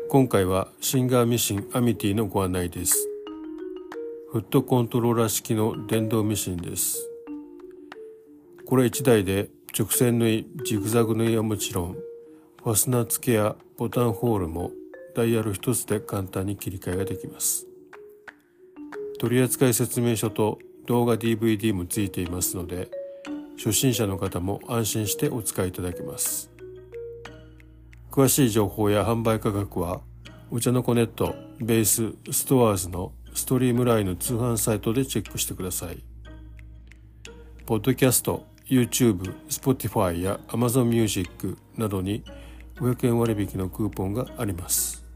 今回はシンガーミシンアミティのご案内です。フットコントローラー式の電動ミシンです。これ1台で直線縫い、ジグザグ縫いはもちろん、ファスナー付けやボタンホールもダイヤル一つで簡単に切り替えができます。取扱説明書と動画 DVD もついていますので、初心者の方も安心してお使いいただけます。詳しい情報や販売価格はお茶の子ネット、ベース、ストアーズのストリームラインの通販サイトでチェックしてください。ポッドキャスト、YouTube、Spotify や Amazon Music などに500円割引のクーポンがあります。